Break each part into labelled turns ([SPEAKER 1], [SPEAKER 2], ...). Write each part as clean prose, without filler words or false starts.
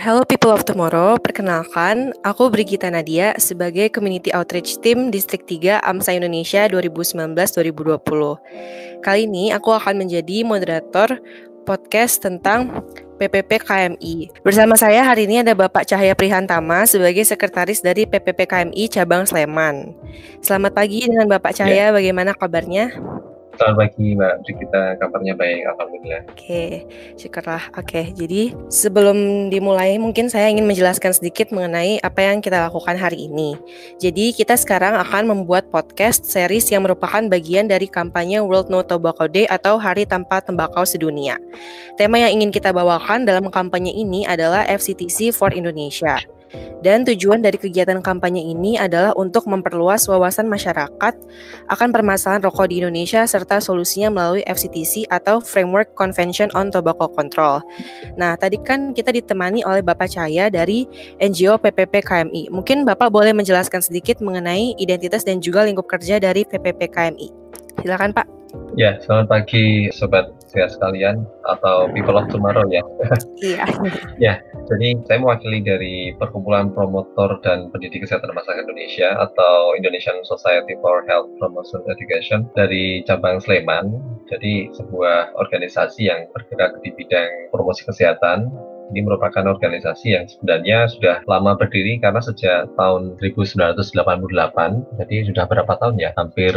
[SPEAKER 1] Hello people of tomorrow, perkenalkan, aku Brigita Nadia sebagai Community Outreach Team Distrik 3 AMSA Indonesia 2019-2020. Kali ini aku akan menjadi moderator podcast tentang PPP KMI. Bersama saya hari ini ada Bapak Cahaya Prihantama sebagai Sekretaris dari PPP KMI Cabang Sleman. Selamat pagi dengan Bapak Cahaya, bagaimana kabarnya?
[SPEAKER 2] Selamat pagi Mbak Brigita, kabarnya baik, alhamdulillah.
[SPEAKER 1] Oke, syukurlah. Oke, jadi sebelum dimulai mungkin saya ingin menjelaskan sedikit mengenai apa yang kita lakukan hari ini. Jadi kita sekarang akan membuat podcast series yang merupakan bagian dari kampanye World No Tobacco Day atau Hari Tanpa Tembakau Sedunia. Tema yang ingin kita bawakan dalam kampanye ini adalah FCTC for Indonesia. Dan tujuan dari kegiatan kampanye ini adalah untuk memperluas wawasan masyarakat akan permasalahan rokok di Indonesia serta solusinya melalui FCTC atau Framework Convention on Tobacco Control. Nah, tadi kan kita ditemani oleh Bapak Cahaya dari NGO PPP KMI. Mungkin Bapak boleh menjelaskan sedikit mengenai identitas dan juga lingkup kerja dari PPP KMI. Silakan Pak.
[SPEAKER 2] Ya, selamat pagi Sobat Sehat sekalian atau People of Tomorrow ya.
[SPEAKER 1] Iya.
[SPEAKER 2] Ya, jadi saya mewakili dari Perkumpulan Promotor dan Pendidik Kesehatan Masyarakat Indonesia atau Indonesian Society for Health Promotion Education dari cabang Sleman. Jadi sebuah organisasi yang bergerak di bidang promosi kesehatan. Ini merupakan organisasi yang sebenarnya sudah lama berdiri karena sejak tahun 1988, jadi sudah berapa tahun ya? Hampir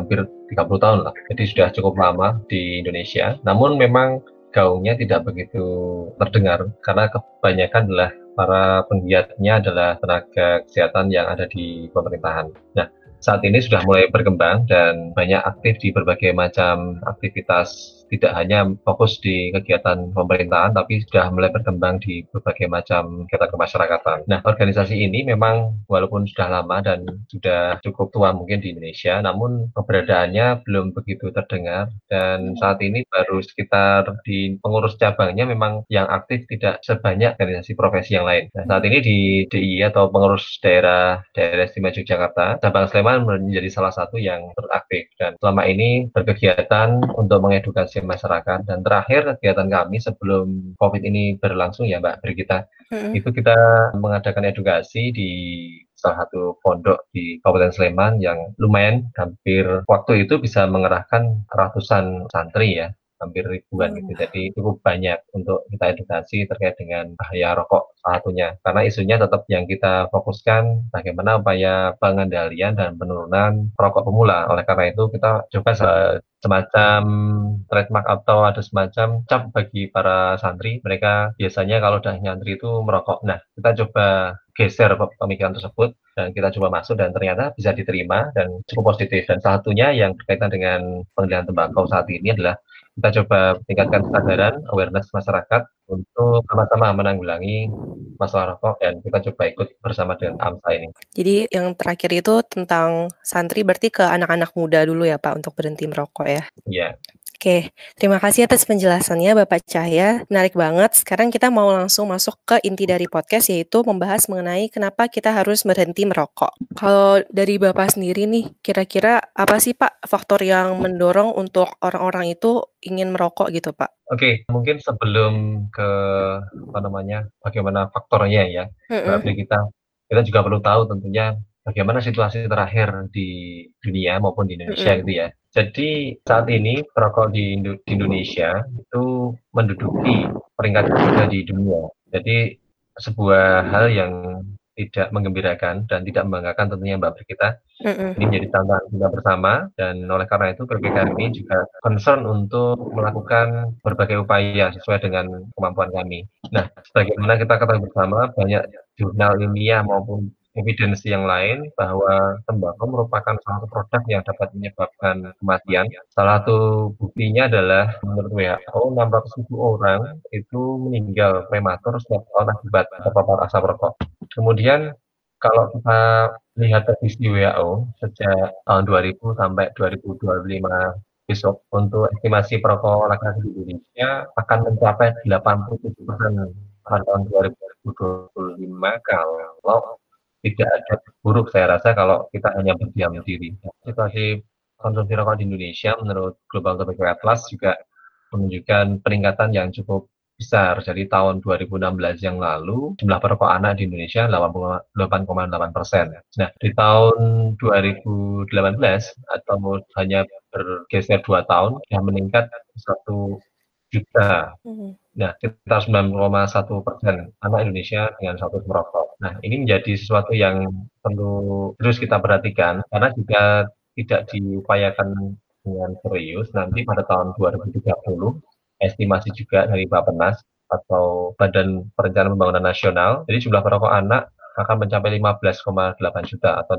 [SPEAKER 2] 30 tahun lah. Jadi sudah cukup lama di Indonesia. Namun memang gaungnya tidak begitu terdengar karena kebanyakan adalah para penggiatnya adalah tenaga kesehatan yang ada di pemerintahan. Nah, saat ini sudah mulai berkembang dan banyak aktif di berbagai macam aktivitas, tidak hanya fokus di kegiatan pemerintahan, tapi sudah mulai berkembang di berbagai macam kegiatan kemasyarakatan. Nah, organisasi ini memang walaupun sudah lama dan sudah cukup tua mungkin di Indonesia, namun keberadaannya belum begitu terdengar dan saat ini baru sekitar di pengurus cabangnya memang yang aktif tidak sebanyak organisasi profesi yang lain. Nah, saat ini di DIY atau pengurus daerah Istimewa Yogyakarta, cabang Sleman menjadi salah satu yang teraktif dan selama ini berkegiatan untuk mengedukasi masyarakat. Dan terakhir kegiatan kami sebelum COVID ini berlangsung ya Mbak Brigita, itu kita mengadakan edukasi di salah satu pondok di Kabupaten Sleman yang lumayan hampir waktu itu bisa mengerahkan ratusan santri ya, hampir ribuan gitu. Jadi cukup banyak untuk kita edukasi terkait dengan bahaya rokok salah satunya. Karena isunya tetap yang kita fokuskan bagaimana upaya pengendalian dan penurunan rokok pemula. Oleh karena itu kita coba semacam trademark atau ada semacam cap bagi para santri. Mereka biasanya kalau udah nyantri itu merokok. Nah, kita coba geser pemikiran tersebut dan kita coba masuk dan ternyata bisa diterima dan cukup positif. Dan salah satunya yang berkaitan dengan pengendalian tembakau saat ini adalah kita coba tingkatkan kesadaran awareness masyarakat untuk sama-sama menanggulangi masalah rokok dan kita coba ikut bersama dengan AMSA ini.
[SPEAKER 1] Jadi yang terakhir itu tentang santri berarti ke anak-anak muda dulu ya Pak untuk berhenti merokok ya?
[SPEAKER 2] Iya.
[SPEAKER 1] Oke, terima kasih atas penjelasannya Bapak Cahaya. Menarik banget. Sekarang kita mau langsung masuk ke inti dari podcast yaitu membahas mengenai kenapa kita harus berhenti merokok. Kalau dari Bapak sendiri nih, kira-kira apa sih Pak faktor yang mendorong untuk orang-orang itu ingin merokok gitu Pak?
[SPEAKER 2] Oke, mungkin sebelum ke bagaimana faktornya ya, Mbak Brigita, kita juga perlu tahu tentunya bagaimana situasi terakhir di dunia maupun di Indonesia gitu ya. Jadi saat ini perokok di Indonesia itu menduduki peringkat ketiga di dunia. Jadi sebuah hal yang tidak menggembirakan dan tidak membanggakan tentunya Mbak Brigita. Ini menjadi tantangan kita bersama dan oleh karena itu PPKM ini juga concern untuk melakukan berbagai upaya sesuai dengan kemampuan kami. Nah, sebagaimana kita ketahui bersama, banyak jurnal ilmiah maupun evidensi yang lain bahwa tembakau merupakan salah satu produk yang dapat menyebabkan kematian. Salah satu buktinya adalah menurut WHO 600.000 orang itu meninggal prematur setiap tahun akibat terpapar asap rokok. Kemudian kalau kita lihat revisi WHO sejak tahun 2000 sampai 2025 besok untuk estimasi perokok laki-laki di Indonesia akan mencapai 87% pada tahun 2025 kalau tidak ada buruk saya rasa kalau kita hanya berdiam diri. Situasi konsumsi rokok di Indonesia menurut Global Tobacco Atlas juga menunjukkan peningkatan yang cukup besar. Jadi tahun 2016 yang lalu jumlah perokok anak di Indonesia 88,8%. Nah, di tahun 2018 atau hanya bergeser 2 tahun, sudah meningkat 1 juta.
[SPEAKER 1] Mhm.
[SPEAKER 2] Nah, sekitar 9,1% anak Indonesia dengan status merokok. Nah, ini menjadi sesuatu yang perlu terus kita perhatikan karena jika tidak diupayakan dengan serius, nanti pada tahun 2030, estimasi juga dari Bappenas atau Badan Perencanaan Pembangunan Nasional, jadi jumlah perokok anak akan mencapai 15,8 juta atau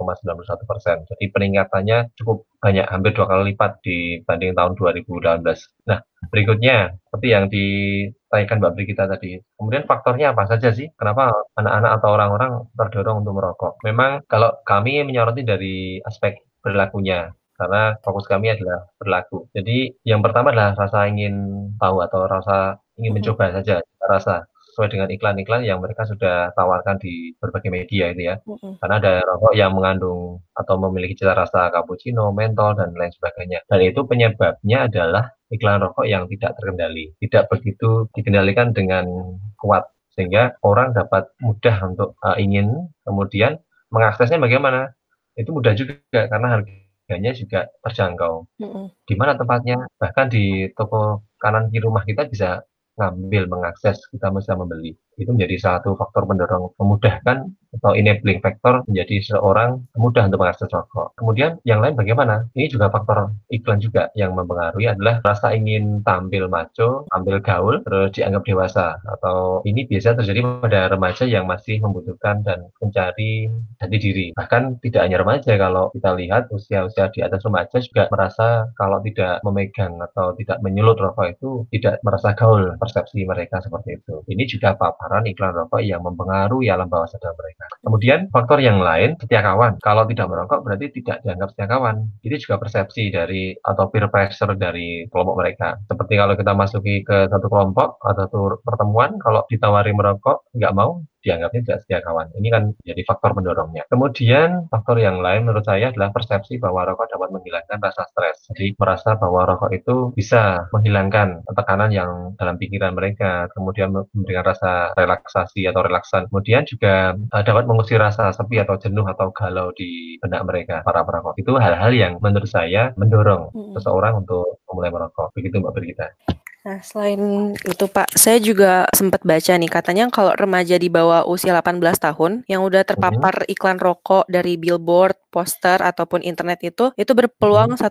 [SPEAKER 2] 15,91%. Jadi peningkatannya cukup banyak, hampir 2 kali lipat dibanding tahun 2018. Nah, berikutnya, seperti yang ditanyakan Mbak Brigita tadi, kemudian faktornya apa saja sih? Kenapa anak-anak atau orang-orang terdorong untuk merokok? Memang kalau kami menyoroti dari aspek perilakunya, karena fokus kami adalah perilaku. Jadi yang pertama adalah rasa ingin tahu atau rasa ingin
[SPEAKER 1] Mhm.
[SPEAKER 2] mencoba saja, rasa sesuai dengan iklan-iklan yang mereka sudah tawarkan di berbagai media itu ya.
[SPEAKER 1] Mhm.
[SPEAKER 2] Karena ada rokok yang mengandung atau memiliki cita rasa cappuccino, mentol, dan lain sebagainya. Dan itu penyebabnya adalah iklan rokok yang tidak terkendali, tidak begitu dikendalikan dengan kuat, sehingga orang dapat mudah untuk ingin, kemudian mengaksesnya bagaimana? Itu mudah juga karena harganya juga terjangkau.
[SPEAKER 1] Mhm.
[SPEAKER 2] Di mana tempatnya? Bahkan di toko kanan kiri rumah kita bisa ngambil, mengakses, kita bisa membeli. Itu menjadi satu faktor pendorong, memudahkan atau enabling factor menjadi seseorang mudah untuk mengakses rokok. Kemudian yang lain bagaimana? Ini juga faktor iklan juga yang mempengaruhi adalah rasa ingin tampil macho, tampil gaul, terus dianggap dewasa. Atau ini biasa terjadi pada remaja yang masih membutuhkan dan mencari jati diri. Bahkan tidak hanya remaja, kalau kita lihat usia-usia di atas remaja juga merasa kalau tidak memegang atau tidak menyulut rokok itu tidak merasa gaul, persepsi mereka seperti itu. Ini juga paparan iklan rokok yang mempengaruhi alam bawah sadar mereka. Kemudian faktor yang lain, setia kawan. Kalau tidak merokok berarti tidak dianggap setia kawan. Itu juga persepsi dari atau peer pressure dari kelompok mereka. Seperti kalau kita masuki ke satu kelompok atau satu pertemuan, kalau ditawari merokok nggak mau, dianggapnya tidak setia kawan. Ini kan jadi faktor pendorongnya. Kemudian faktor yang lain menurut saya adalah persepsi bahwa rokok dapat menghilangkan rasa stres. Jadi merasa bahwa rokok itu bisa menghilangkan tekanan yang dalam pikiran mereka, kemudian memberikan rasa relaksasi atau relaksan. Kemudian juga dapat mengusir rasa sepi atau jenuh atau galau di benak mereka, para perokok. Itu hal-hal yang menurut saya mendorong
[SPEAKER 1] Mhm.
[SPEAKER 2] seseorang untuk memulai merokok. Begitu Mbak Brigita.
[SPEAKER 1] Nah, selain itu Pak, saya juga sempat baca nih, katanya kalau remaja di bawah usia 18 tahun yang udah
[SPEAKER 2] Mhm,
[SPEAKER 1] terpapar iklan rokok dari billboard, poster, ataupun internet itu
[SPEAKER 2] mhm.
[SPEAKER 1] berpeluang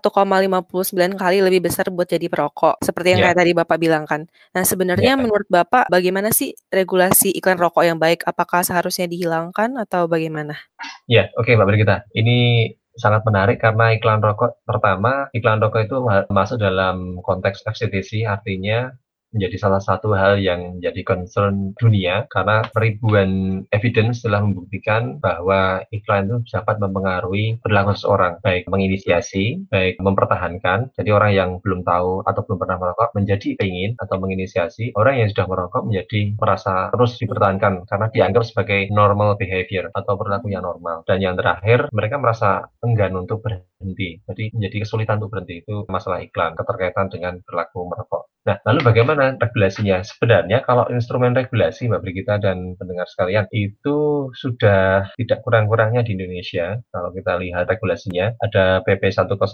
[SPEAKER 1] 1,59 kali lebih besar buat jadi perokok, seperti yang
[SPEAKER 2] Ya,
[SPEAKER 1] kayak tadi Bapak bilang kan. Nah, sebenarnya
[SPEAKER 2] ya.
[SPEAKER 1] menurut Bapak bagaimana sih regulasi iklan rokok yang baik? Apakah seharusnya dihilangkan atau bagaimana?
[SPEAKER 2] Ya, oke Mbak Brigita. Ini sangat menarik karena iklan rokok pertama, iklan rokok itu masuk dalam konteks FCTC, artinya menjadi salah satu hal yang menjadi concern dunia karena ribuan evidence telah membuktikan bahwa iklan itu dapat mempengaruhi perilaku seseorang, baik menginisiasi, baik mempertahankan. Jadi orang yang belum tahu atau belum pernah merokok menjadi ingin atau menginisiasi, orang yang sudah merokok menjadi merasa terus dipertahankan karena dianggap sebagai normal behavior atau perilaku yang normal. Dan yang terakhir, mereka merasa enggan untuk berhenti. Jadi menjadi kesulitan untuk berhenti. Itu masalah iklan, keterkaitan dengan perilaku merokok. Nah, lalu bagaimana regulasinya? Sebenarnya kalau instrumen regulasi, Mbak Brigita dan pendengar sekalian, itu sudah tidak kurang-kurangnya di Indonesia. Kalau kita lihat regulasinya, ada PP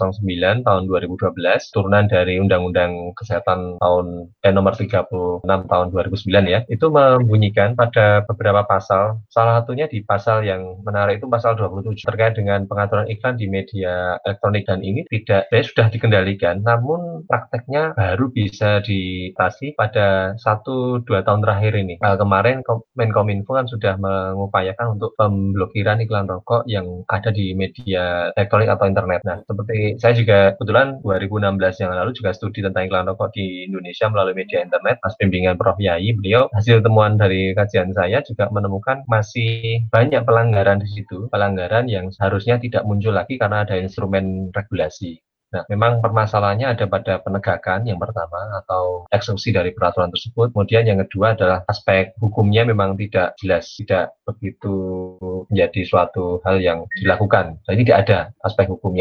[SPEAKER 2] 109 tahun 2012, turunan dari Undang-Undang Kesehatan nomor 36 tahun 2009 ya. Itu membunyikan pada beberapa pasal, salah satunya di pasal yang menarik itu pasal 27 terkait dengan pengaturan iklan di media elektronik, dan ini tidak sudah dikendalikan, namun prakteknya baru bisa diatasi pada 1-2 tahun terakhir ini. Kemarin Menkominfo kan sudah mengupayakan untuk pemblokiran iklan rokok yang ada di media elektronik atau internet. Nah, seperti saya juga kebetulan 2016 yang lalu juga studi tentang iklan rokok di Indonesia melalui media internet, Mas bimbingan Prof. Yai. Beliau hasil temuan dari kajian saya juga menemukan masih banyak pelanggaran di situ, pelanggaran yang seharusnya tidak muncul lagi karena ada instrumen regulasi. Nah, memang permasalahannya ada pada penegakan yang pertama atau eksekusi dari peraturan tersebut. Kemudian yang kedua adalah aspek hukumnya memang tidak jelas, tidak begitu menjadi suatu hal yang dilakukan. Jadi tidak ada aspek hukumnya.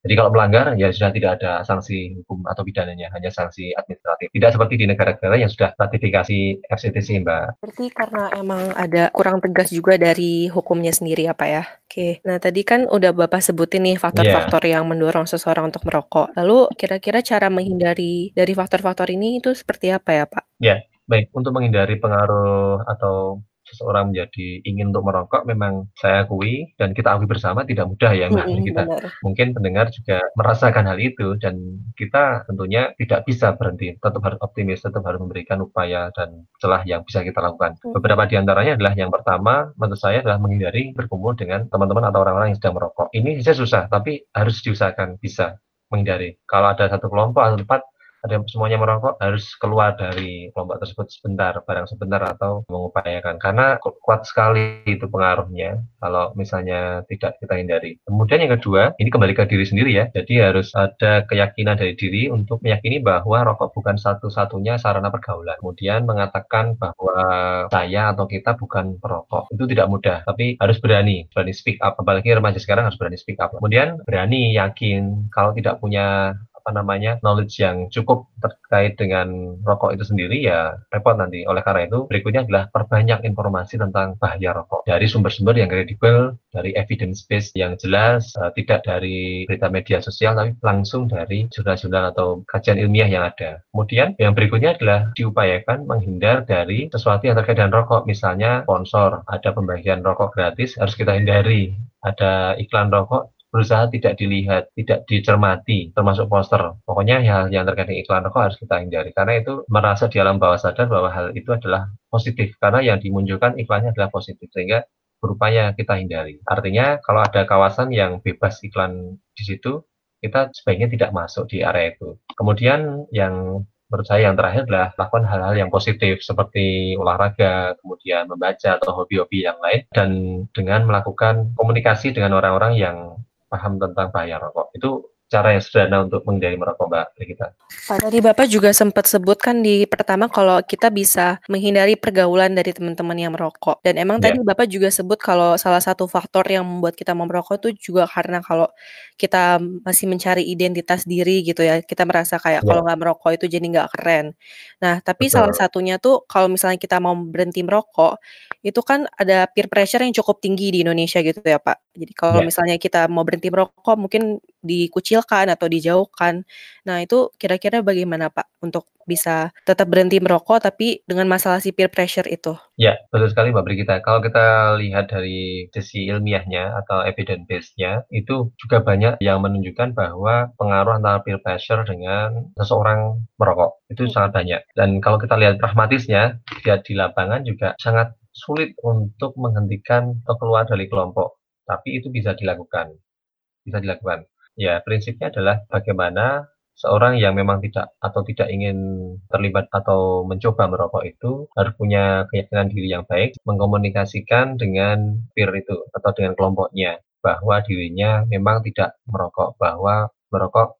[SPEAKER 2] Jadi kalau melanggar ya sudah tidak ada sanksi hukum atau pidananya, hanya sanksi administratif. Tidak seperti di negara-negara yang sudah ratifikasi FCTC, Mbak.
[SPEAKER 1] Berarti karena emang ada kurang tegas juga dari hukumnya sendiri apa ya? Oke, nah tadi kan udah Bapak sebutin nih
[SPEAKER 2] Iya,
[SPEAKER 1] faktor-faktor yang mendorong seseorang untuk merokok. Lalu kira-kira cara menghindari dari faktor-faktor ini itu seperti apa ya, Pak?
[SPEAKER 2] ya. Baik, untuk menghindari pengaruh atau seseorang menjadi ingin untuk merokok memang saya akui dan kita akui bersama tidak mudah ya Mbak bagi kita.
[SPEAKER 1] Benar.
[SPEAKER 2] Mungkin pendengar juga merasakan hal itu dan kita tentunya tidak bisa berhenti, tetap harus optimis, tetap harus memberikan upaya dan celah yang bisa kita lakukan.
[SPEAKER 1] Mhm.
[SPEAKER 2] Beberapa di antaranya adalah yang pertama menurut saya adalah menghindari berkumpul dengan teman-teman atau orang-orang yang sedang merokok. Ini saja susah, tapi harus diusahakan bisa menghindari. Kalau ada satu kelompok atau tempat ada semuanya merokok harus keluar dari kelompok tersebut sebentar, barang sebentar atau mengupayakan karena kuat sekali itu pengaruhnya kalau misalnya tidak kita hindari. Kemudian yang kedua, ini kembali ke diri sendiri ya. Jadi harus ada keyakinan dari diri untuk meyakini bahwa rokok bukan satu-satunya sarana pergaulan. Kemudian mengatakan bahwa saya atau kita bukan perokok. Itu tidak mudah, tapi harus berani, berani speak up. Apalagi remaja sekarang harus berani speak up. Kemudian berani yakin kalau tidak punya knowledge yang cukup terkait dengan rokok itu sendiri ya repot nanti. Oleh karena itu, berikutnya adalah perbanyak informasi tentang bahaya rokok dari sumber-sumber yang kredibel, dari evidence base yang jelas, tidak dari berita media sosial, tapi langsung dari jurnal-jurnal atau kajian ilmiah yang ada. Kemudian yang berikutnya adalah diupayakan menghindar dari sesuatu yang terkait dengan rokok, misalnya sponsor, ada pembagian rokok gratis, harus kita hindari. Ada iklan rokok, berusaha tidak dilihat, tidak dicermati, termasuk poster. Pokoknya hal yang terkait dengan iklan rokok harus kita hindari, karena itu merasa di alam bawah sadar bahwa hal itu adalah positif, karena yang dimunculkan iklannya adalah positif, sehingga berupaya kita hindari. Artinya, kalau ada kawasan yang bebas iklan di situ, kita sebaiknya tidak masuk di area itu. Kemudian yang menurut saya yang terakhir adalah lakukan hal-hal yang positif seperti olahraga, kemudian membaca atau hobi-hobi yang lain, dan dengan melakukan komunikasi dengan orang-orang yang paham tentang bahaya rokok. Itu cara yang sederhana untuk menghindari merokok, Mbak Rikita.
[SPEAKER 1] Pak, tadi Bapak juga sempat sebutkan di pertama kalau kita bisa menghindari pergaulan dari teman-teman yang merokok. Dan emang
[SPEAKER 2] Ya,
[SPEAKER 1] tadi Bapak juga sebut kalau salah satu faktor yang membuat kita mau merokok itu juga karena kalau kita masih mencari identitas diri gitu ya. Kita merasa kayak
[SPEAKER 2] ya,
[SPEAKER 1] kalau nggak merokok itu jadi nggak keren. Nah, tapi salah
[SPEAKER 2] betul.
[SPEAKER 1] satunya tuh kalau misalnya kita mau berhenti merokok, itu kan ada peer pressure yang cukup tinggi di Indonesia gitu ya, Pak. Jadi kalau
[SPEAKER 2] Ya,
[SPEAKER 1] misalnya kita mau berhenti merokok mungkin dikucilkan atau dijauhkan. Nah, itu kira-kira bagaimana, Pak, untuk bisa tetap berhenti merokok tapi dengan masalah si peer pressure itu?
[SPEAKER 2] ya, betul sekali Mbak Brigita. Kalau kita lihat dari sisi ilmiahnya atau evidence base-nya, itu juga banyak yang menunjukkan bahwa pengaruh antara peer pressure dengan seseorang merokok. Itu
[SPEAKER 1] Mhm.
[SPEAKER 2] sangat banyak. Dan kalau kita lihat pragmatisnya, dia di lapangan juga sangat sulit untuk menghentikan atau keluar dari kelompok. Tapi itu bisa dilakukan. Bisa dilakukan. Ya, prinsipnya adalah bagaimana seorang yang memang tidak ingin terlibat atau mencoba merokok itu harus punya keyakinan diri yang baik, mengkomunikasikan dengan peer itu atau dengan kelompoknya bahwa dirinya memang tidak merokok, bahwa merokok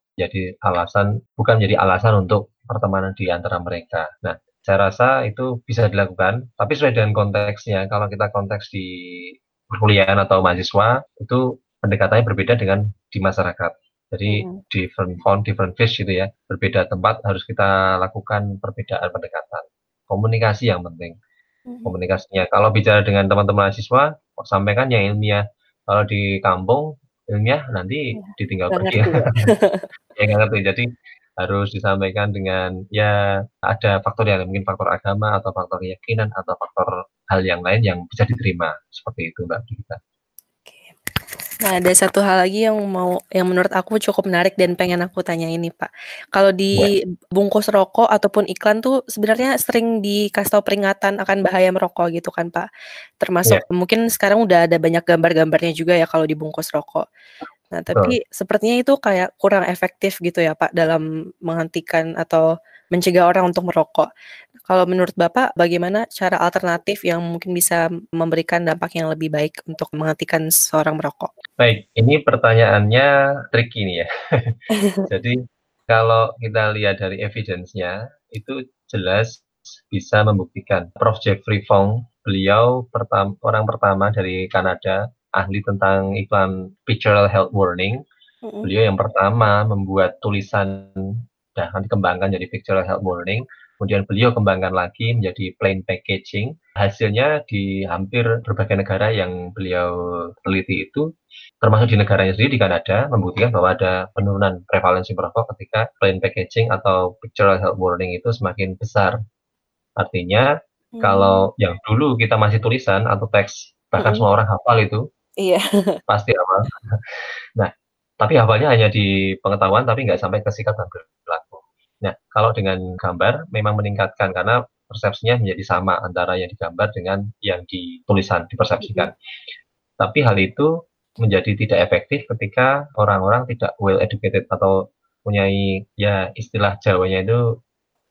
[SPEAKER 2] bukan menjadi alasan untuk pertemanan di antara mereka. Nah, saya rasa itu bisa dilakukan, tapi sesuai dengan konteksnya. Kalau kita konteks di perkuliahan atau mahasiswa, itu pendekatannya berbeda dengan di masyarakat. Jadi
[SPEAKER 1] Mhm.
[SPEAKER 2] different font, different fish gitu ya. Berbeda tempat harus kita lakukan perbedaan pendekatan. Komunikasi yang penting.
[SPEAKER 1] Mhm.
[SPEAKER 2] Komunikasinya. Kalau bicara dengan teman-teman mahasiswa, sampaikan yang ilmiah. Kalau di kampung, ilmiah nanti
[SPEAKER 1] Iya,
[SPEAKER 2] ditinggal
[SPEAKER 1] nggak
[SPEAKER 2] pergi.
[SPEAKER 1] ngerti ya.
[SPEAKER 2] Ya nggak ngerti. Jadi harus disampaikan dengan ya ada faktor yang mungkin faktor agama atau faktor keyakinan atau faktor hal yang lain yang bisa diterima seperti itu Mbak Gita.
[SPEAKER 1] Oke. Nah, ada satu hal lagi yang menurut aku cukup menarik dan pengen aku tanya ini, Pak. Kalau
[SPEAKER 2] Ya,
[SPEAKER 1] di bungkus rokok ataupun iklan tuh sebenarnya sering dikasih tahu peringatan akan bahaya merokok gitu kan, Pak.
[SPEAKER 2] ya,
[SPEAKER 1] Termasuk mungkin sekarang udah ada banyak gambar-gambarnya juga ya kalau dibungkus rokok. Nah,
[SPEAKER 2] betul.
[SPEAKER 1] tapi sepertinya itu kayak kurang efektif gitu ya, Pak, dalam menghentikan atau mencegah orang untuk merokok. Kalau menurut Bapak, bagaimana cara alternatif yang mungkin bisa memberikan dampak yang lebih baik untuk menghentikan seseorang merokok?
[SPEAKER 2] Baik, ini pertanyaannya tricky nih ya. Jadi kalau kita lihat dari evidence-nya, itu jelas bisa membuktikan. Prof. Jeffrey Fong, beliau orang pertama dari Kanada, ahli tentang iklan Pictorial Health Warning.
[SPEAKER 1] Mhm.
[SPEAKER 2] Beliau yang pertama membuat tulisan dan dikembangkan jadi pictorial health warning, kemudian beliau kembangkan lagi menjadi plain packaging. Hasilnya di hampir berbagai negara yang beliau teliti itu, termasuk di negaranya sendiri di Kanada, membuktikan bahwa ada penurunan prevalensi merokok ketika plain packaging atau pictorial health warning itu semakin besar. Artinya,
[SPEAKER 1] Mmm,
[SPEAKER 2] kalau yang dulu kita masih tulisan atau teks, bahkan
[SPEAKER 1] mhm,
[SPEAKER 2] semua orang hafal itu,
[SPEAKER 1] iya.
[SPEAKER 2] pasti hafal. Nah, tapi hafalnya hanya di pengetahuan tapi nggak sampai ke sikap dan perilaku. Nah, kalau dengan gambar memang meningkatkan karena persepsinya menjadi sama antara yang digambar dengan yang ditulisan,
[SPEAKER 1] Mhm,
[SPEAKER 2] dipersepsikan. Tapi hal itu menjadi tidak efektif ketika orang-orang tidak well educated atau mempunyai ya istilah Jawanya itu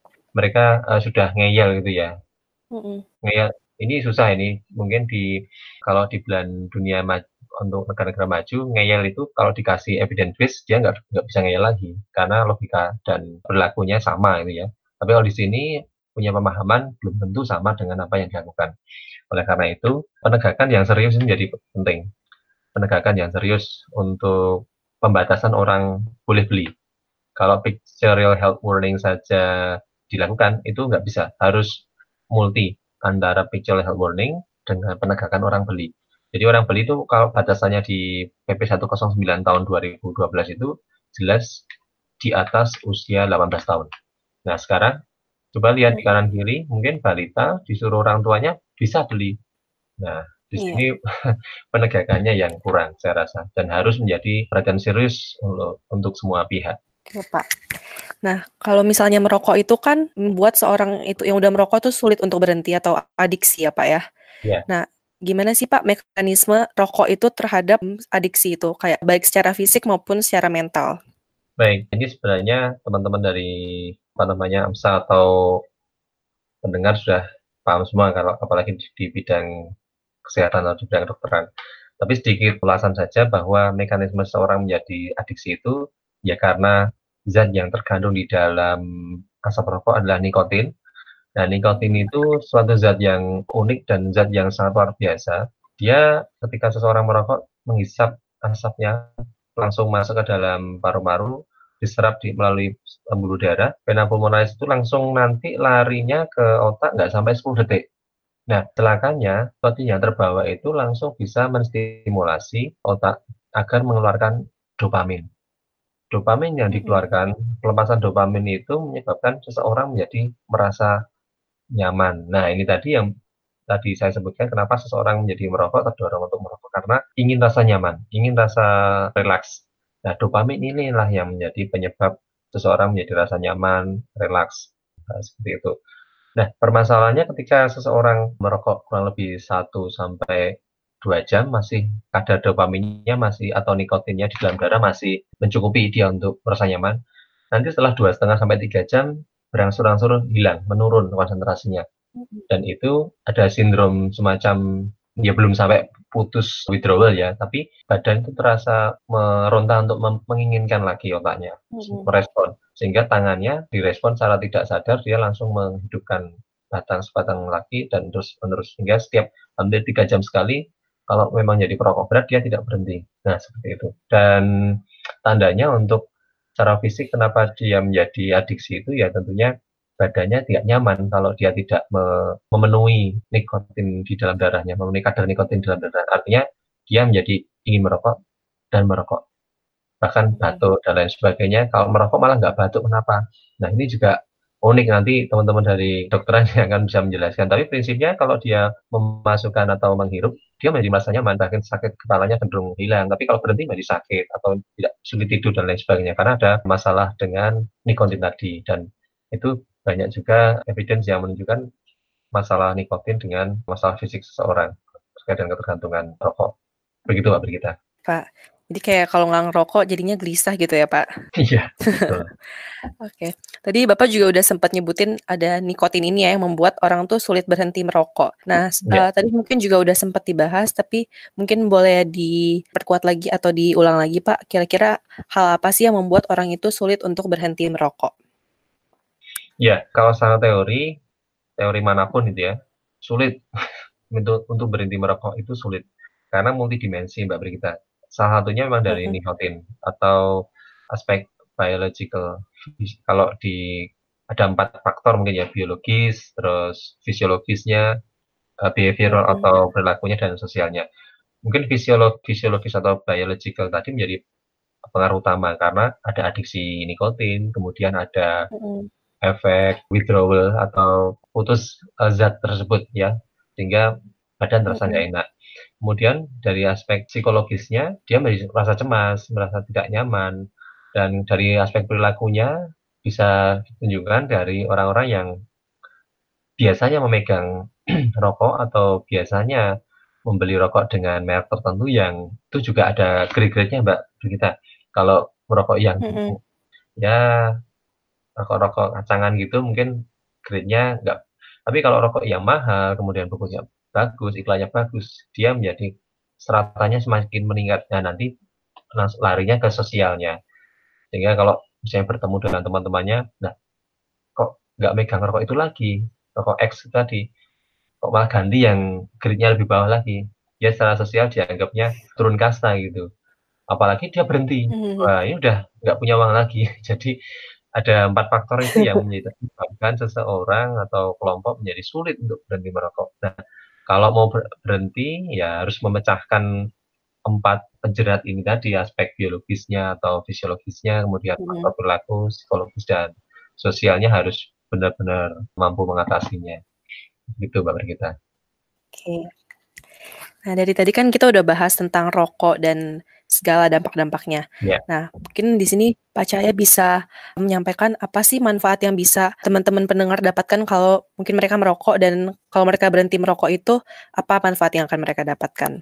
[SPEAKER 2] mereka sudah ngeyel gitu ya.
[SPEAKER 1] mhm,
[SPEAKER 2] Ngeyel ini susah ini mungkin kalau di belahan dunia untuk negara-negara maju ngeyel itu kalau dikasih evidence base dia nggak bisa ngeyel lagi karena logika dan perilakunya sama gitu ya. Tapi kalau di sini punya pemahaman belum tentu sama dengan apa yang dilakukan. Oleh karena itu penegakan yang serius ini menjadi penting. Penegakan yang serius untuk pembatasan orang boleh beli. Kalau pictorial health warning saja dilakukan, itu nggak bisa. Harus multi antara pictorial health warning dengan penegakan orang beli. Jadi orang beli itu kalau batasannya di PP 109 tahun 2012 itu jelas di atas usia 18 tahun. Nah sekarang coba lihat di
[SPEAKER 1] mhm,
[SPEAKER 2] kanan kiri, mungkin balita disuruh orang tuanya bisa beli. Nah di
[SPEAKER 1] iya,
[SPEAKER 2] sini penegakannya yang kurang saya rasa dan harus menjadi perhatian serius untuk semua pihak.
[SPEAKER 1] iya, Pak. Nah, kalau misalnya merokok itu kan membuat seorang itu yang udah merokok tuh sulit untuk berhenti atau adiksi ya, Pak, ya.
[SPEAKER 2] Ya.
[SPEAKER 1] Nah, gimana sih, Pak, mekanisme rokok itu terhadap, adiksi itu? Kayak baik secara fisik maupun secara mental?
[SPEAKER 2] Baik, jadi sebenarnya teman-teman dari apa namanya AMSA atau pendengar sudah paham semua kalau apalagi di bidang kesehatan atau di bidang kedokteran. Tapi sedikit ulasan saja bahwa mekanisme seorang menjadi adiksi itu ya karena zat yang terkandung di dalam asap rokok adalah nikotin. Nah, nikotin
[SPEAKER 1] Mhm,
[SPEAKER 2] itu suatu zat yang unik dan zat yang sangat luar biasa. Dia ketika seseorang merokok menghisap asapnya langsung masuk ke dalam paru-paru, diserap melalui pembuluh darah, vena pulmonalis itu langsung nanti larinya ke otak nggak sampai 10 detik. Nah, celakanya nikotin yang terbawa itu langsung bisa menstimulasi otak agar mengeluarkan dopamin. Dopamin yang
[SPEAKER 1] mhm,
[SPEAKER 2] dikeluarkan, pelepasan dopamin itu menyebabkan seseorang menjadi merasa nyaman. Nah, ini tadi yang tadi saya sebutkan kenapa seseorang menjadi merokok, terdorong untuk merokok, karena ingin rasa nyaman, ingin rasa rileks. Nah, dopamin inilah yang menjadi penyebab seseorang menjadi rasa nyaman, rileks, seperti itu. Nah, permasalahannya ketika seseorang merokok kurang lebih 1 sampai 2 jam masih kadar dopaminnya masih atau nikotinnya di dalam darah masih mencukupi dia untuk merasa nyaman. Nanti setelah 2,5 sampai 3 jam berangsur-angsur hilang, menurun konsentrasinya.
[SPEAKER 1] mhm,
[SPEAKER 2] Dan itu ada sindrom semacam ya belum sampai putus withdrawal ya, tapi badan itu terasa meronta untuk menginginkan lagi otaknya,
[SPEAKER 1] mhm,
[SPEAKER 2] merespon. Sehingga tangannya direspon secara tidak sadar, dia langsung menghidupkan sebatang lagi dan terus-menerus. Sehingga setiap hampir 3 jam sekali, kalau memang jadi perokok berat, dia tidak berhenti. Nah, seperti itu. Dan tandanya untuk secara fisik kenapa dia menjadi adiksi itu ya tentunya badannya tidak nyaman kalau dia tidak memenuhi nikotin di dalam darahnya, memenuhi kadar nikotin di dalam darah. Artinya dia menjadi ingin merokok dan merokok, bahkan
[SPEAKER 1] mhm,
[SPEAKER 2] batuk dan lain sebagainya. Kalau merokok malah nggak batuk, kenapa? Nah ini juga unik nanti teman-teman dari dokteran yang akan bisa menjelaskan. Tapi prinsipnya kalau dia memasukkan atau menghirup, dia menjadi merasa nyaman, bahkan sakit kepalanya cenderung hilang. Tapi kalau berhenti menjadi sakit atau tidak sulit tidur dan lain sebagainya, karena ada masalah dengan nikotin tadi. Dan itu banyak juga evidence yang menunjukkan masalah nikotin dengan masalah fisik seseorang terkait dengan ketergantungan rokok. Begitu Mbak Brigita.
[SPEAKER 1] Pak. Jadi kayak kalau nggak ngerokok jadinya gelisah gitu ya, Pak?
[SPEAKER 2] Iya, betul.
[SPEAKER 1] Oke. Tadi Bapak juga udah sempat nyebutin ada nikotin ini ya yang membuat orang tuh sulit berhenti merokok. Nah,
[SPEAKER 2] Iya.
[SPEAKER 1] tadi mungkin juga udah sempat dibahas, tapi mungkin boleh diperkuat lagi atau diulang lagi, Pak. Kira-kira hal apa sih yang membuat orang itu sulit untuk berhenti merokok?
[SPEAKER 2] Ya, kalau secara teori manapun itu ya, sulit untuk berhenti merokok itu sulit. Karena multidimensi Mbak Brigita. Salah satunya memang dari
[SPEAKER 1] Mhm.
[SPEAKER 2] nikotin atau aspek biological. Kalau ada 4 faktor mungkin ya, biologis, terus fisiologisnya, behavioral
[SPEAKER 1] Mhm.
[SPEAKER 2] atau perilakunya dan sosialnya. Mungkin fisiologis atau biological tadi menjadi pengaruh utama karena ada adiksi nikotin, kemudian ada
[SPEAKER 1] Mhm.
[SPEAKER 2] efek withdrawal atau putus, zat tersebut ya, sehingga badan terasa nggak
[SPEAKER 1] Mhm.
[SPEAKER 2] enak. Kemudian dari aspek psikologisnya, dia merasa cemas, merasa tidak nyaman, dan dari aspek perilakunya bisa ditunjukkan dari orang-orang yang biasanya memegang rokok atau biasanya membeli rokok dengan merek tertentu yang itu juga ada grade-grade-nya Mbak, kita. Kalau merokok yang
[SPEAKER 1] Mhm.
[SPEAKER 2] ya rokok-rokok kacangan gitu mungkin grade-nya nggak, tapi kalau rokok yang mahal, kemudian bukunya bagus, iklannya bagus, dia menjadi stratanya semakin meningkat. Nah, nanti larinya ke sosialnya. Sehingga kalau misalnya bertemu dengan teman-temannya, "Nah, kok nggak megang rokok itu lagi, rokok X tadi, kok malah ganti yang grade-nya lebih bawah lagi?" Ya secara sosial dianggapnya turun kasta gitu. Apalagi dia berhenti.
[SPEAKER 1] Mhm.
[SPEAKER 2] Wah, ini udah nggak punya uang lagi. Jadi ada 4 faktor itu yang menyebabkan seseorang atau kelompok menjadi sulit untuk berhenti merokok. Nah, kalau mau berhenti ya harus memecahkan 4 penjerat ini tadi, aspek biologisnya atau fisiologisnya, kemudian
[SPEAKER 1] Mhm.
[SPEAKER 2] faktor perilaku, psikologis, dan sosialnya harus benar-benar mampu mengatasinya. Gitu Mbak Brigita.
[SPEAKER 1] Oke. Nah, dari tadi kan kita udah bahas tentang rokok dan segala dampak-dampaknya.
[SPEAKER 2] Ya.
[SPEAKER 1] Nah, mungkin di sini Pak Cahaya bisa menyampaikan apa sih manfaat yang bisa teman-teman pendengar dapatkan kalau mungkin mereka merokok dan kalau mereka berhenti merokok itu apa manfaat yang akan mereka dapatkan?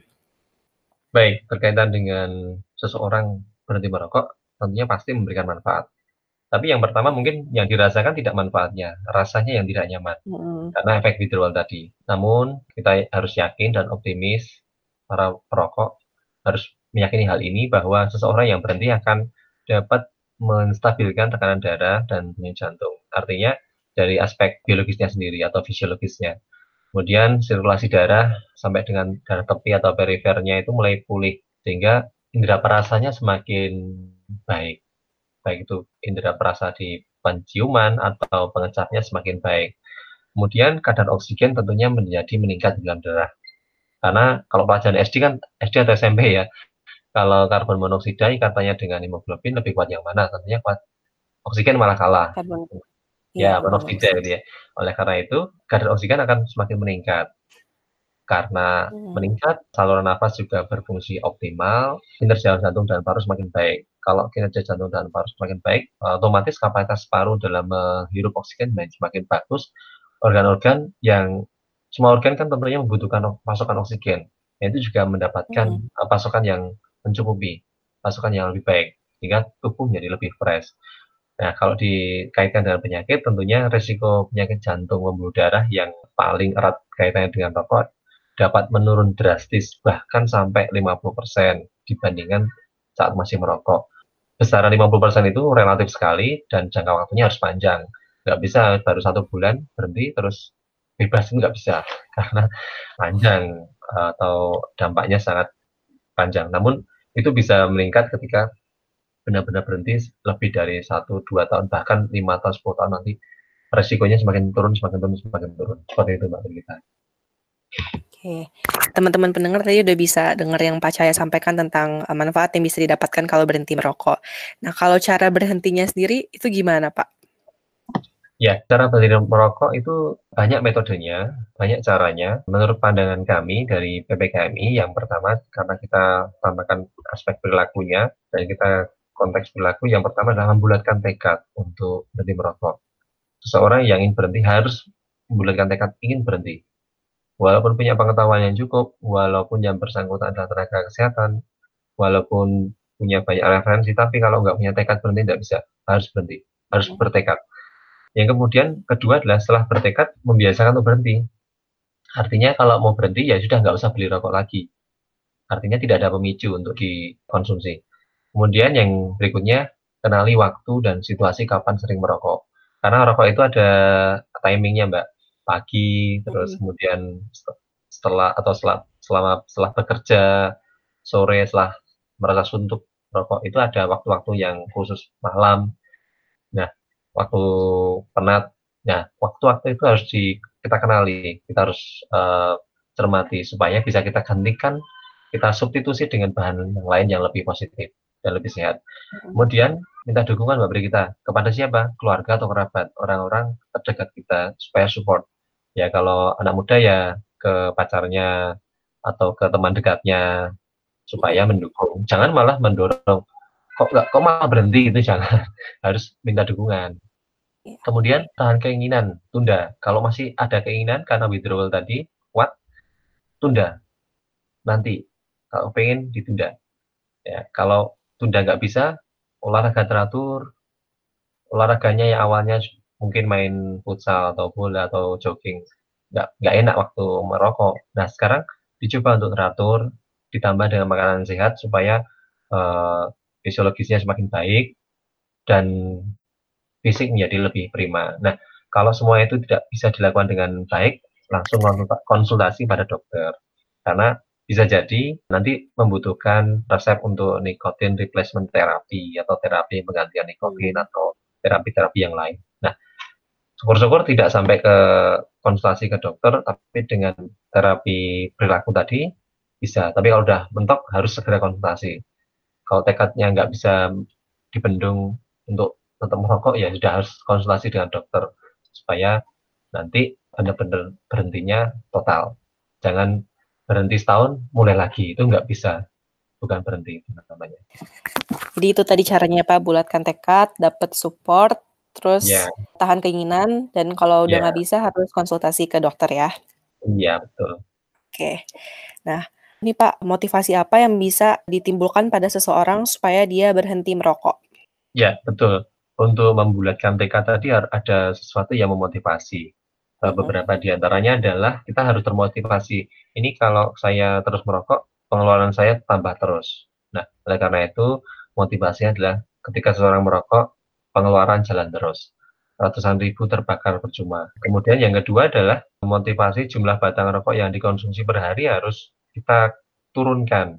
[SPEAKER 2] Baik, berkaitan dengan seseorang berhenti merokok, tentunya pasti memberikan manfaat. Tapi yang pertama
[SPEAKER 1] Mhm.
[SPEAKER 2] mungkin yang dirasakan tidak manfaatnya, rasanya yang tidak nyaman,
[SPEAKER 1] Mhm.
[SPEAKER 2] karena efek withdrawal tadi. Namun kita harus yakin dan optimis, para perokok harus meyakini hal ini bahwa seseorang yang berhenti akan dapat menstabilkan tekanan darah dan denyut jantung. Artinya dari aspek biologisnya sendiri atau fisiologisnya. Kemudian sirkulasi darah sampai dengan darah tepi atau perifernya itu mulai pulih, sehingga indera perasanya semakin baik. Baik itu indera perasa di penciuman atau pengecapnya semakin baik. Kemudian kadar oksigen tentunya menjadi meningkat di dalam darah. Karena kalau pelajaran SD kan, SD atau SMP ya, kalau karbon monoksida katanya dengan hemoglobin lebih kuat yang mana? Tentunya kuat oksigen malah kalah.
[SPEAKER 1] Karbon iya,
[SPEAKER 2] Ya,
[SPEAKER 1] karbon
[SPEAKER 2] monoksida
[SPEAKER 1] monoksida.
[SPEAKER 2] gitu ya. Oleh karena itu, kadar oksigen akan semakin meningkat. Karena
[SPEAKER 1] Mhm.
[SPEAKER 2] meningkat, saluran nafas juga berfungsi optimal, kinerja jantung dan paru semakin baik. Kalau kinerja jantung dan paru semakin baik, otomatis kapasitas paru dalam menghirup oksigen semakin bagus. Organ-organ yang semua organ kan tentunya membutuhkan pasokan oksigen. Nah, itu juga mendapatkan
[SPEAKER 1] Mhm.
[SPEAKER 2] pasokan yang mencukupi, pasokan yang lebih baik, sehingga tubuh menjadi lebih fresh. Nah, kalau dikaitkan dengan penyakit, tentunya risiko penyakit jantung pembuluh darah yang paling erat kaitannya dengan rokok dapat menurun drastis, bahkan sampai 50% dibandingkan saat masih merokok. Besaran 50% itu relatif sekali dan jangka waktunya harus panjang. Nggak bisa baru 1 bulan berhenti terus bebas, itu nggak bisa karena panjang atau dampaknya sangat panjang. Namun itu bisa meningkat ketika benar-benar berhenti lebih dari 1, 2 tahun, bahkan 5 tahun, 10 tahun nanti resikonya semakin turun, semakin turun, semakin turun. Seperti itu Mbak Brigita.
[SPEAKER 1] Oke. Teman-teman pendengar tadi udah bisa dengar yang Pak Cahaya sampaikan tentang, manfaat yang bisa didapatkan kalau berhenti merokok. Nah, kalau cara berhentinya sendiri itu gimana, Pak?
[SPEAKER 2] Ya, cara berhenti merokok itu banyak metodenya, banyak caranya. Menurut pandangan kami dari PPKMI, yang pertama karena kita tambahkan aspek perilakunya dan kita konteks perilaku, yang pertama adalah membulatkan tekad untuk berhenti merokok. Seseorang yang ingin berhenti harus membulatkan tekad ingin berhenti. Walaupun punya pengetahuan yang cukup, walaupun yang bersangkutan adalah tenaga kesehatan, walaupun punya banyak referensi, tapi kalau nggak punya tekad berhenti nggak bisa, harus berhenti, harus
[SPEAKER 1] Mhm.
[SPEAKER 2] bertekad. Yang kemudian kedua adalah setelah bertekad membiasakan untuk berhenti. Artinya kalau mau berhenti ya sudah nggak usah beli rokok lagi. Artinya tidak ada pemicu untuk dikonsumsi. Kemudian yang berikutnya kenali waktu dan situasi kapan sering merokok. Karena rokok itu ada timingnya Mbak. Pagi, terus
[SPEAKER 1] Mhm.
[SPEAKER 2] kemudian setelah atau setelah bekerja, sore setelah merasa suntuk rokok itu ada waktu-waktu yang khusus malam. Nah, waktu penat, nah waktu-waktu itu harus kita kenali, kita harus cermati supaya bisa kita gantikan, kita substitusi dengan bahan yang lain yang lebih positif dan lebih sehat. Kemudian minta dukungan Mbak Brigita kepada siapa? Keluarga atau kerabat, orang-orang terdekat kita supaya support. Ya kalau anak muda ya ke pacarnya atau ke teman dekatnya supaya mendukung. Jangan malah mendorong. Kok malah berhenti itu jangan. Harus minta dukungan.
[SPEAKER 1] Iya.
[SPEAKER 2] Kemudian tahan keinginan, tunda. Kalau masih ada keinginan karena withdrawal tadi kuat, tunda. Nanti kalau pengen ditunda. Ya, kalau tunda nggak bisa, olahraga teratur, olahraganya yang awalnya mungkin main futsal atau bola atau jogging, nggak enak waktu merokok. Nah sekarang dicoba untuk teratur, ditambah dengan makanan sehat supaya fisiologisnya semakin baik dan fisik menjadi lebih prima. Nah kalau semua itu tidak bisa dilakukan dengan baik, langsung konsultasi pada dokter. Karena bisa jadi nanti membutuhkan resep untuk nikotin replacement therapy atau terapi penggantian nikotin atau terapi-terapi yang lain. Nah, syukur-syukur tidak sampai ke konsultasi ke dokter, tapi dengan terapi perilaku tadi bisa. Tapi kalau udah mentok harus segera konsultasi. Kalau tekadnya nggak bisa dibendung untuk tetap merokok, ya sudah harus konsultasi dengan dokter supaya nanti benar-benar berhentinya total. Jangan berhenti setahun, mulai lagi. Itu nggak bisa. Bukan berhenti itu namanya.
[SPEAKER 1] Jadi itu tadi caranya Pak, bulatkan tekad, dapat support, terus
[SPEAKER 2] Ya,
[SPEAKER 1] tahan keinginan, dan kalau udah
[SPEAKER 2] ya,
[SPEAKER 1] nggak bisa harus konsultasi ke dokter ya.
[SPEAKER 2] iya betul.
[SPEAKER 1] Oke. Nah, ini Pak, motivasi apa yang bisa ditimbulkan pada seseorang supaya dia berhenti merokok?
[SPEAKER 2] Ya, betul. Untuk membulatkan tekad tadi ada sesuatu yang memotivasi. Beberapa di antaranya adalah kita harus termotivasi. Ini kalau saya terus merokok, pengeluaran saya tambah terus. Nah, oleh karena itu, motivasinya adalah ketika seseorang merokok, pengeluaran jalan terus. Ratusan ribu terbakar percuma. Kemudian yang kedua adalah motivasi jumlah batang rokok yang dikonsumsi per hari harus kita turunkan.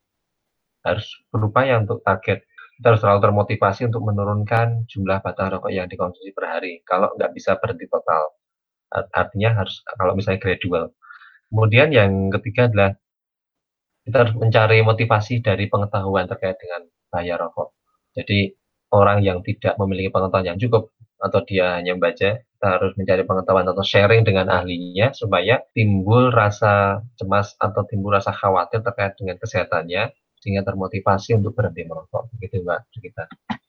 [SPEAKER 2] Harus berupaya untuk target. Kita harus selalu termotivasi untuk menurunkan jumlah batang rokok yang dikonsumsi per hari. Kalau nggak bisa berhenti total. Artinya harus kalau misalnya gradual. Kemudian yang ketiga adalah kita harus mencari motivasi dari pengetahuan terkait dengan bahaya rokok. Jadi orang yang tidak memiliki pengetahuan yang cukup atau dia hanya membaca, kita harus mencari pengetahuan atau sharing dengan ahlinya supaya timbul rasa cemas atau timbul rasa khawatir terkait dengan kesehatannya sehingga termotivasi untuk berhenti merokok. Begitu Mbak Kita.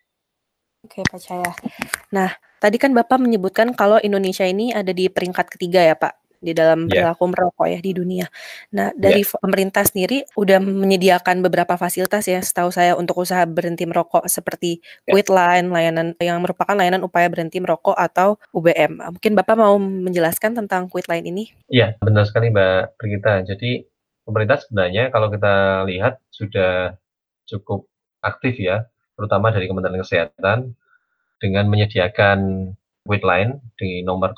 [SPEAKER 1] Oke, percaya. Nah, tadi kan Bapak menyebutkan kalau Indonesia ini ada di peringkat ketiga ya, Pak, di dalam
[SPEAKER 2] Ya,
[SPEAKER 1] perilaku merokok ya di dunia. Nah,
[SPEAKER 2] ya,
[SPEAKER 1] dari pemerintah sendiri udah menyediakan beberapa fasilitas ya, setahu saya untuk usaha berhenti merokok seperti
[SPEAKER 2] ya.
[SPEAKER 1] Quitline, layanan yang merupakan layanan upaya berhenti merokok atau UBM. Mungkin Bapak mau menjelaskan tentang Quitline ini?
[SPEAKER 2] Iya, benar sekali Mbak Brigita. Jadi pemerintah sebenarnya kalau kita lihat sudah cukup aktif ya, terutama dari Kementerian Kesehatan dengan menyediakan Quitline di nomor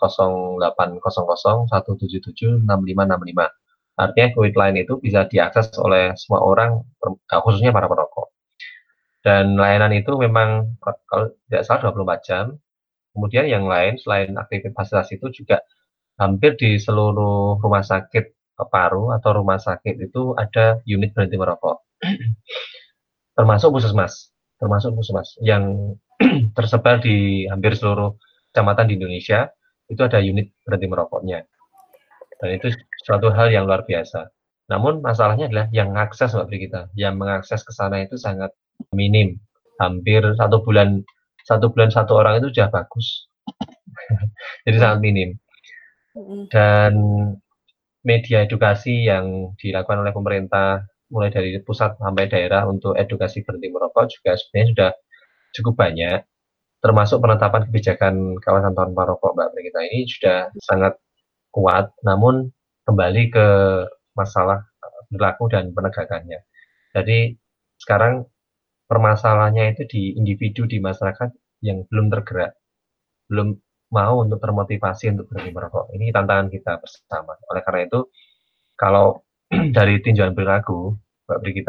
[SPEAKER 2] 0800 177 6565. Artinya Quitline itu bisa diakses oleh semua orang, khususnya para perokok. Dan layanan itu memang kalau tidak salah 24 jam. Kemudian yang lain selain aktivitas itu juga hampir di seluruh rumah sakit paru atau rumah sakit itu ada unit berhenti merokok. termasuk puskesmas yang tersebar di hampir seluruh kecamatan di Indonesia itu ada unit berhenti merokoknya dan itu suatu hal yang luar biasa. Namun masalahnya adalah yang mengakses Mbak kita, yang mengakses ke sana itu sangat minim. Hampir satu bulan satu orang itu sudah bagus. Jadi sangat minim. Dan media edukasi yang dilakukan oleh pemerintah mulai dari pusat sampai daerah untuk edukasi berhenti merokok juga sebenarnya sudah cukup banyak, termasuk penetapan kebijakan kawasan tanpa rokok Mbak kita ini sudah sangat kuat, namun kembali ke masalah perilaku dan penegakannya. Jadi sekarang permasalahannya itu di individu di masyarakat yang belum tergerak, belum mau untuk termotivasi untuk berhenti merokok. Ini tantangan kita bersama. Oleh karena itu, kalau dari tinjauan perilaku, Mbak Brigita,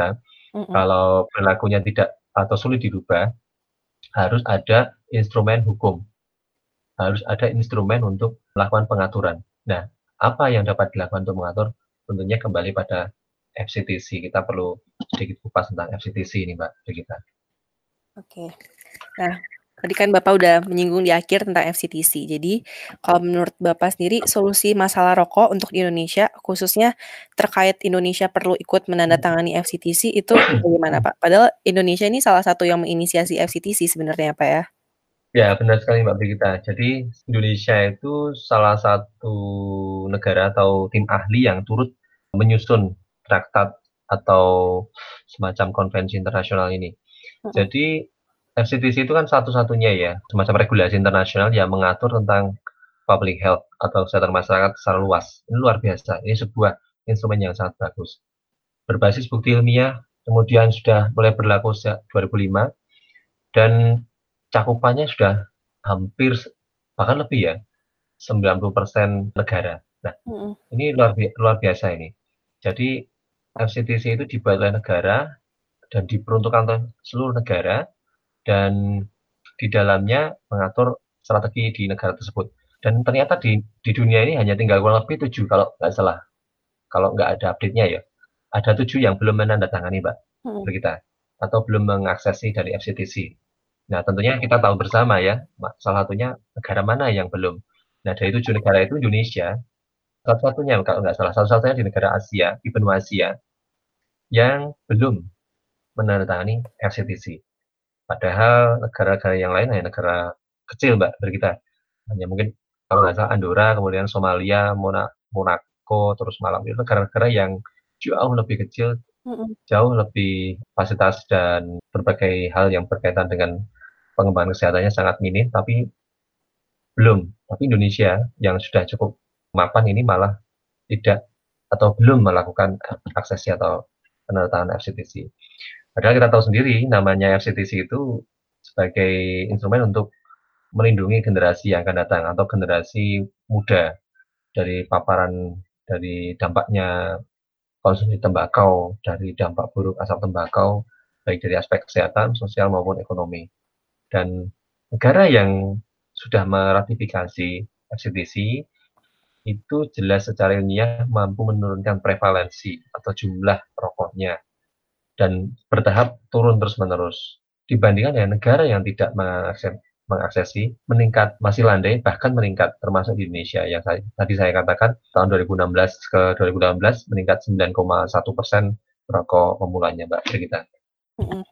[SPEAKER 2] Kalau perilakunya tidak atau sulit dirubah, harus ada instrumen hukum, harus ada instrumen untuk melakukan pengaturan. Nah, apa yang dapat dilakukan untuk mengatur? Tentunya kembali pada FCTC. Kita perlu sedikit kupas tentang FCTC ini, Mbak Brigita.
[SPEAKER 1] Oke. Nah, tadi kan Bapak udah menyinggung di akhir tentang FCTC. Jadi, kalau menurut Bapak sendiri, solusi masalah rokok untuk di Indonesia, khususnya terkait Indonesia perlu ikut menandatangani FCTC, itu bagaimana, Pak? Padahal Indonesia ini salah satu yang menginisiasi FCTC sebenarnya, Pak, ya?
[SPEAKER 2] Ya, benar sekali Mbak Brigita. Jadi, Indonesia itu salah satu negara atau tim ahli yang turut menyusun traktat atau semacam konvensi internasional ini.
[SPEAKER 1] Mhm.
[SPEAKER 2] Jadi, FCTC itu kan satu-satunya ya, semacam regulasi internasional yang mengatur tentang public health atau kesehatan masyarakat secara luas. Ini luar biasa. Ini sebuah instrumen yang sangat bagus. Berbasis bukti ilmiah, kemudian sudah mulai berlaku sejak 2005, dan cakupannya sudah hampir bahkan lebih ya, 90% negara. Nah,
[SPEAKER 1] Mhm.
[SPEAKER 2] ini luar biasa ini. Jadi, FCTC itu dibuat oleh negara dan diperuntukkan untuk seluruh negara, dan di dalamnya mengatur strategi di negara tersebut. Dan ternyata di dunia ini hanya tinggal kurang lebih 7 kalau nggak salah, kalau nggak ada update-nya ya. Ada 7 yang belum menandatangani, Mbak
[SPEAKER 1] Mhm.
[SPEAKER 2] Brigita, atau belum mengaksesi dari FCTC. Nah, tentunya kita tahu bersama ya, salah satunya negara mana yang belum. Nah, dari 7 negara itu Indonesia satu-satunya kalau nggak salah, satu-satunya di negara Asia, di benua Asia, yang belum menandatangani FCTC. Padahal negara-negara yang lain hanya negara kecil, Mbak, kita. Hanya mungkin kalau nggak salah Andorra, kemudian Somalia, Monaco, terus Malang, itu negara-negara yang jauh lebih kecil,
[SPEAKER 1] Mhm.
[SPEAKER 2] jauh lebih fasilitas dan berbagai hal yang berkaitan dengan pengembangan kesehatannya sangat minim, tapi belum. Tapi Indonesia yang sudah cukup mapan ini malah tidak atau belum melakukan aksesi atau penandatanganan FCTC. Padahal kita tahu sendiri namanya FCTC itu sebagai instrumen untuk melindungi generasi yang akan datang atau generasi muda dari paparan dari dampaknya konsumsi tembakau, dari dampak buruk asap tembakau, baik dari aspek kesehatan, sosial maupun ekonomi. Dan negara yang sudah meratifikasi FCTC itu jelas secara ilmiah mampu menurunkan prevalensi atau jumlah rokoknya dan bertahap turun terus-menerus. Dibandingkan dengan negara yang tidak mengaksesi, meningkat, masih landai, bahkan meningkat, termasuk di Indonesia yang tadi saya katakan tahun 2016 ke 2018 meningkat 9,1% rokok pemulanya, Mbak Brigita.
[SPEAKER 1] Mhm.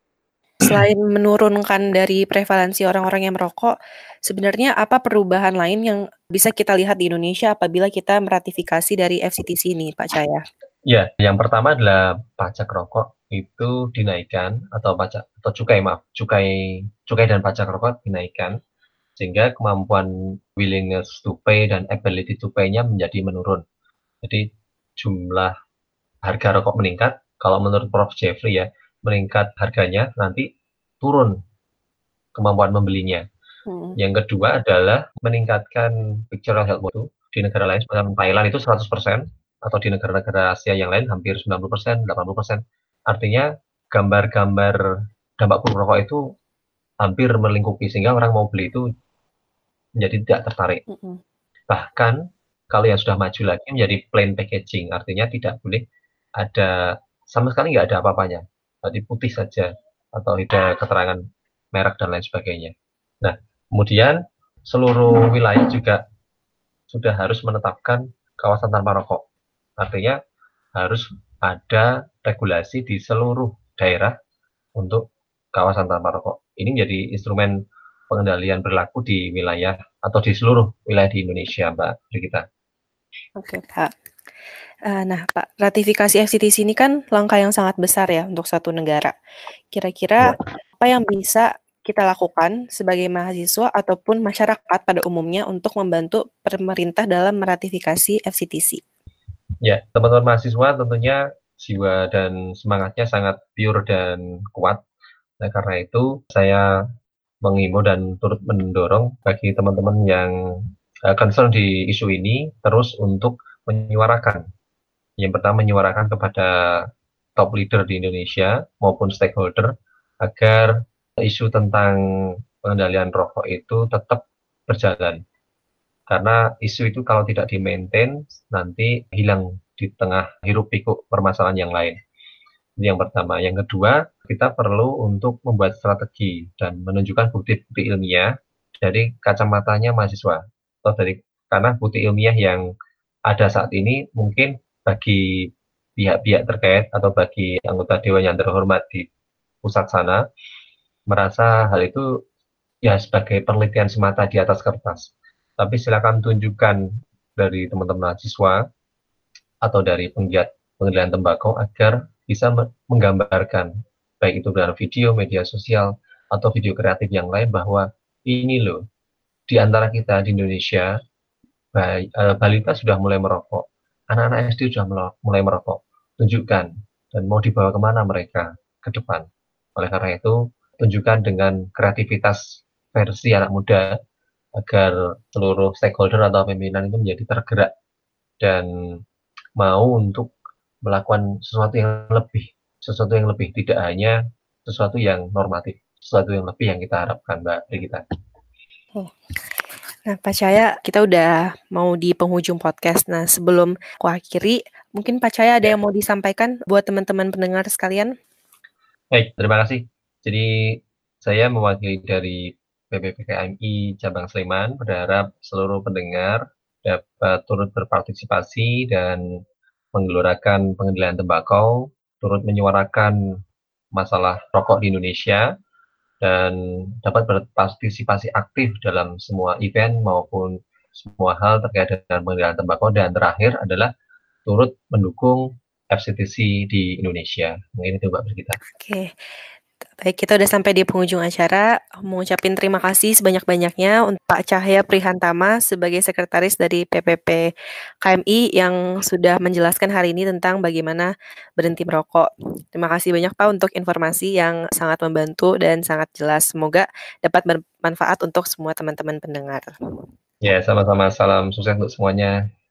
[SPEAKER 1] Selain menurunkan dari prevalensi orang-orang yang merokok, sebenarnya apa perubahan lain yang bisa kita lihat di Indonesia apabila kita meratifikasi dari FCTC ini, Pak Cahya?
[SPEAKER 2] Ya, yang pertama adalah pajak rokok itu dinaikkan atau pajak atau cukai, maaf, cukai dan pajak rokok dinaikkan sehingga kemampuan willingness to pay dan ability to pay-nya menjadi menurun. Jadi jumlah harga rokok meningkat, kalau menurut Prof. Jeffrey ya, meningkat harganya, nanti turun kemampuan membelinya.
[SPEAKER 1] Mhm.
[SPEAKER 2] Yang kedua adalah meningkatkan pictorial health mode di negara lain, seperti Thailand itu 100%, atau di negara-negara Asia yang lain hampir 90%, 80%. Artinya gambar-gambar dampak buruk rokok itu hampir melingkupi, sehingga orang mau beli itu menjadi tidak tertarik.
[SPEAKER 1] Mhm.
[SPEAKER 2] Bahkan kalau yang sudah maju lagi menjadi plain packaging, artinya tidak boleh ada sama sekali nggak ada apa-apanya, berarti putih saja atau tidak keterangan merek dan lain sebagainya. Nah, kemudian seluruh wilayah juga sudah harus menetapkan kawasan tanpa rokok. Artinya harus ada regulasi di seluruh daerah untuk kawasan tanpa rokok. Ini menjadi instrumen pengendalian perilaku di wilayah atau di seluruh wilayah di Indonesia, Mbak Brigita.
[SPEAKER 1] Oke, Pak. Nah, Pak, ratifikasi FCTC ini kan langkah yang sangat besar ya untuk satu negara.
[SPEAKER 2] Ya.
[SPEAKER 1] Kira-kira apa yang bisa kita lakukan sebagai mahasiswa ataupun masyarakat pada umumnya untuk membantu pemerintah dalam meratifikasi FCTC?
[SPEAKER 2] Ya, teman-teman mahasiswa tentunya jiwa dan semangatnya sangat pure dan kuat. Nah, karena itu saya mengimbau dan turut mendorong bagi teman-teman yang concern di isu ini terus untuk menyuarakan. Yang pertama menyuarakan kepada top leader di Indonesia maupun stakeholder agar isu tentang pengendalian rokok itu tetap berjalan. Karena isu itu kalau tidak di-maintain nanti hilang di tengah hiruk-pikuk permasalahan yang lain. Ini yang pertama. Yang kedua, kita perlu untuk membuat strategi dan menunjukkan bukti-bukti ilmiah dari kacamatanya mahasiswa atau dari karena bukti ilmiah yang ada saat ini mungkin bagi pihak-pihak terkait atau bagi anggota dewan yang terhormat di pusat sana merasa hal itu ya sebagai penelitian semata di atas kertas. Tapi silakan tunjukkan dari teman-teman mahasiswa atau dari penggiat pengendalian tembakau agar bisa menggambarkan baik itu dalam video, media sosial, atau video kreatif yang lain bahwa ini loh, di antara kita di Indonesia, balita sudah mulai merokok, anak-anak SD sudah mulai merokok, tunjukkan, dan mau dibawa kemana mereka ke depan. Oleh karena itu, tunjukkan dengan kreativitas versi anak muda, agar seluruh stakeholder atau pimpinan itu menjadi tergerak dan mau untuk melakukan sesuatu yang lebih, tidak hanya sesuatu yang normatif, sesuatu yang lebih yang kita harapkan, Mbak Rikita.
[SPEAKER 1] Nah, Pak Cahya, kita udah mau di penghujung podcast. Nah, sebelum aku akhiri, mungkin Pak Cahya ada yang mau disampaikan buat teman-teman pendengar sekalian?
[SPEAKER 2] Baik, terima kasih. Jadi, saya mewakili dari PPPKMI Cabang Sleman berharap seluruh pendengar dapat turut berpartisipasi dan menggelorakan pengendalian tembakau, turut menyuarakan masalah rokok di Indonesia, dan dapat berpartisipasi aktif dalam semua event maupun semua hal terkait dengan pengendalian tembakau, dan terakhir adalah turut mendukung FCTC di Indonesia. Mungkin itu Mbak Brigita.
[SPEAKER 1] Oke. Baik, kita udah sampai di penghujung acara. Mau ucapin terima kasih sebanyak-banyaknya untuk Pak Cahya Prihantama sebagai sekretaris dari PPP KMI yang sudah menjelaskan hari ini tentang bagaimana berhenti merokok. Terima kasih banyak Pak untuk informasi yang sangat membantu dan sangat jelas. Semoga dapat bermanfaat untuk semua teman-teman pendengar.
[SPEAKER 2] Ya, sama-sama. Salam sukses untuk semuanya.